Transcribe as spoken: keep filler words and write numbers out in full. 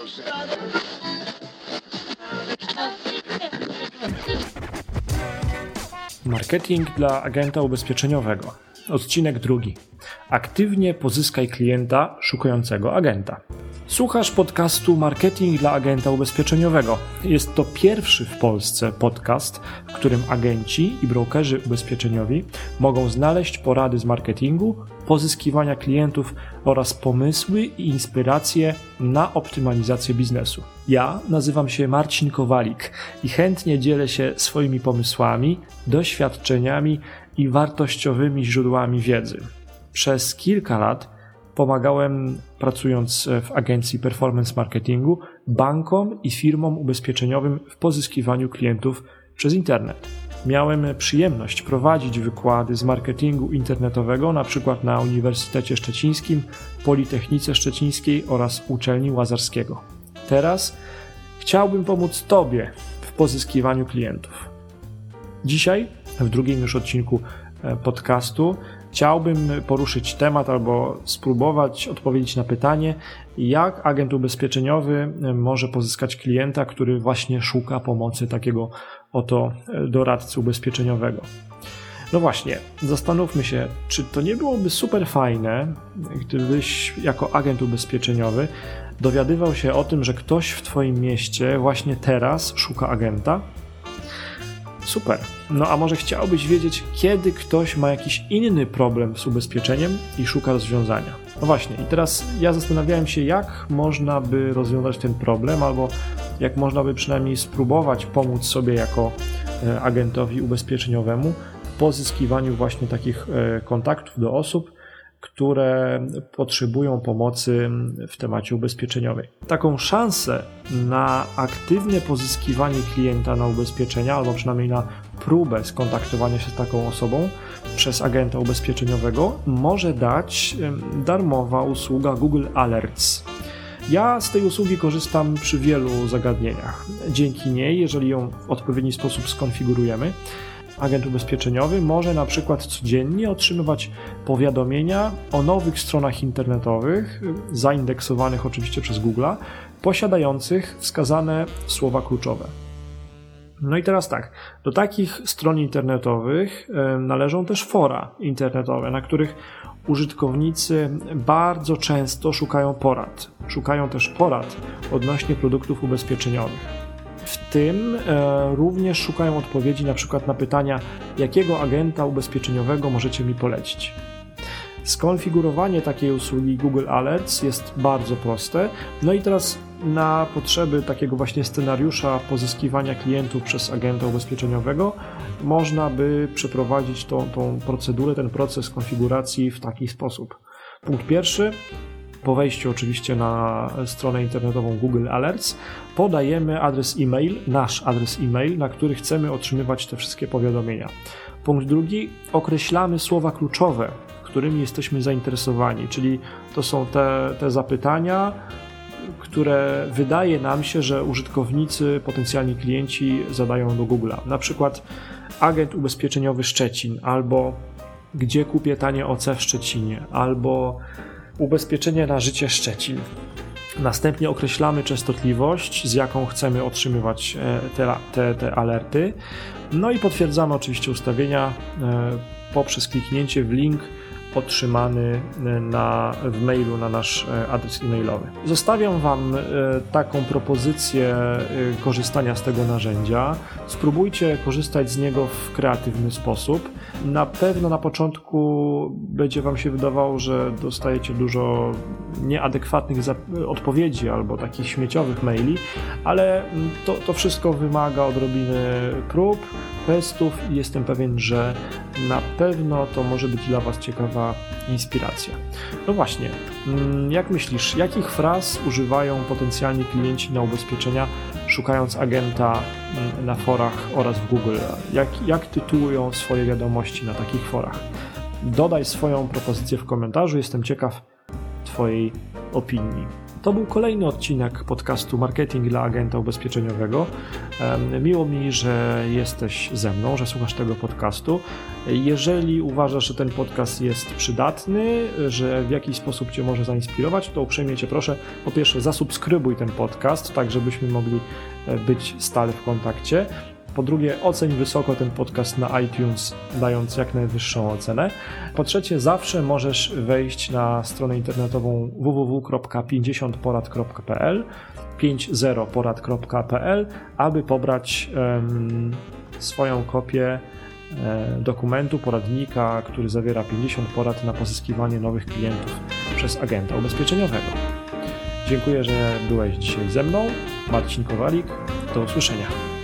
Marketing dla agenta ubezpieczeniowego. Odcinek drugi. Aktywnie pozyskaj klienta szukającego agenta. Słuchasz podcastu Marketing dla agenta ubezpieczeniowego. Jest to pierwszy w Polsce podcast, w którym agenci i brokerzy ubezpieczeniowi mogą znaleźć porady z marketingu, pozyskiwania klientów oraz pomysły i inspiracje na optymalizację biznesu. Ja nazywam się Marcin Kowalik i chętnie dzielę się swoimi pomysłami, doświadczeniami i wartościowymi źródłami wiedzy. Przez kilka lat pomagałem, pracując w agencji performance marketingu, bankom i firmom ubezpieczeniowym w pozyskiwaniu klientów przez internet. Miałem przyjemność prowadzić wykłady z marketingu internetowego, na przykład na Uniwersytecie Szczecińskim, Politechnice Szczecińskiej oraz Uczelni Łazarskiego. Teraz chciałbym pomóc Tobie w pozyskiwaniu klientów. Dzisiaj, w drugim już odcinku podcastu, chciałbym poruszyć temat albo spróbować odpowiedzieć na pytanie, jak agent ubezpieczeniowy może pozyskać klienta, który właśnie szuka pomocy takiego oto doradcy ubezpieczeniowego. No właśnie, zastanówmy się, czy to nie byłoby super fajne, gdybyś jako agent ubezpieczeniowy dowiadywał się o tym, że ktoś w Twoim mieście właśnie teraz szuka agenta? Super. No a może chciałbyś wiedzieć, kiedy ktoś ma jakiś inny problem z ubezpieczeniem i szuka rozwiązania? No właśnie, i teraz ja zastanawiałem się, jak można by rozwiązać ten problem, albo jak można by przynajmniej spróbować pomóc sobie jako agentowi ubezpieczeniowemu w pozyskiwaniu właśnie takich kontaktów do osób, które potrzebują pomocy w temacie ubezpieczeniowej. Taką szansę na aktywne pozyskiwanie klienta na ubezpieczenia, albo przynajmniej na próbę skontaktowania się z taką osobą przez agenta ubezpieczeniowego może dać darmowa usługa Google Alerts. Ja z tej usługi korzystam przy wielu zagadnieniach. Dzięki niej, jeżeli ją w odpowiedni sposób skonfigurujemy, agent ubezpieczeniowy może na przykład codziennie otrzymywać powiadomienia o nowych stronach internetowych, zaindeksowanych oczywiście przez Google'a, posiadających wskazane słowa kluczowe. No i teraz tak, do takich stron internetowych należą też fora internetowe, na których użytkownicy bardzo często szukają porad. Szukają też porad odnośnie produktów ubezpieczeniowych. W tym e, również szukają odpowiedzi na przykład na pytania, jakiego agenta ubezpieczeniowego możecie mi polecić. Skonfigurowanie takiej usługi Google Alerts jest bardzo proste. No i teraz na potrzeby takiego właśnie scenariusza pozyskiwania klientów przez agenta ubezpieczeniowego można by przeprowadzić tą, tą procedurę, ten proces konfiguracji w taki sposób. Punkt pierwszy. Po wejściu oczywiście na stronę internetową Google Alerts podajemy adres e-mail, nasz adres e-mail, na który chcemy otrzymywać te wszystkie powiadomienia. Punkt drugi, określamy słowa kluczowe, którymi jesteśmy zainteresowani, czyli to są te, te zapytania, które wydaje nam się, że użytkownicy, potencjalni klienci zadają do Google'a. Na przykład agent ubezpieczeniowy Szczecin, albo gdzie kupię tanie O C w Szczecinie, albo ubezpieczenie na życie Szczecin. Następnie określamy częstotliwość, z jaką chcemy otrzymywać te, te, te alerty. No i potwierdzamy oczywiście ustawienia poprzez kliknięcie w link otrzymany na, w mailu na nasz adres e-mailowy. Zostawiam Wam taką propozycję korzystania z tego narzędzia. Spróbujcie korzystać z niego w kreatywny sposób. Na pewno na początku będzie Wam się wydawało, że dostajecie dużo nieadekwatnych odpowiedzi albo takich śmieciowych maili, ale to, to wszystko wymaga odrobiny prób, testów i jestem pewien, że na pewno to może być dla Was ciekawa inspiracja. No właśnie, jak myślisz, jakich fraz używają potencjalni klienci na ubezpieczenia, szukając agenta na forach oraz w Google? Jak, jak tytułują swoje wiadomości na takich forach? Dodaj swoją propozycję w komentarzu, jestem ciekaw Twojej opinii. To był kolejny odcinek podcastu Marketing dla Agenta Ubezpieczeniowego. Miło mi, że jesteś ze mną, że słuchasz tego podcastu. Jeżeli uważasz, że ten podcast jest przydatny, że w jakiś sposób Cię może zainspirować, to uprzejmie Cię proszę, po pierwsze zasubskrybuj ten podcast, tak żebyśmy mogli być stale w kontakcie. Po drugie, oceń wysoko ten podcast na iTunes, dając jak najwyższą ocenę. Po trzecie, zawsze możesz wejść na stronę internetową w w w kropka pięćdziesiąt porad kropka p l, pięćdziesiąt porad kropka p l, aby pobrać um, swoją kopię um, dokumentu, poradnika, który zawiera pięćdziesiąt porad na pozyskiwanie nowych klientów przez agenta ubezpieczeniowego. Dziękuję, że byłeś dzisiaj ze mną. Marcin Kowalik. Do usłyszenia.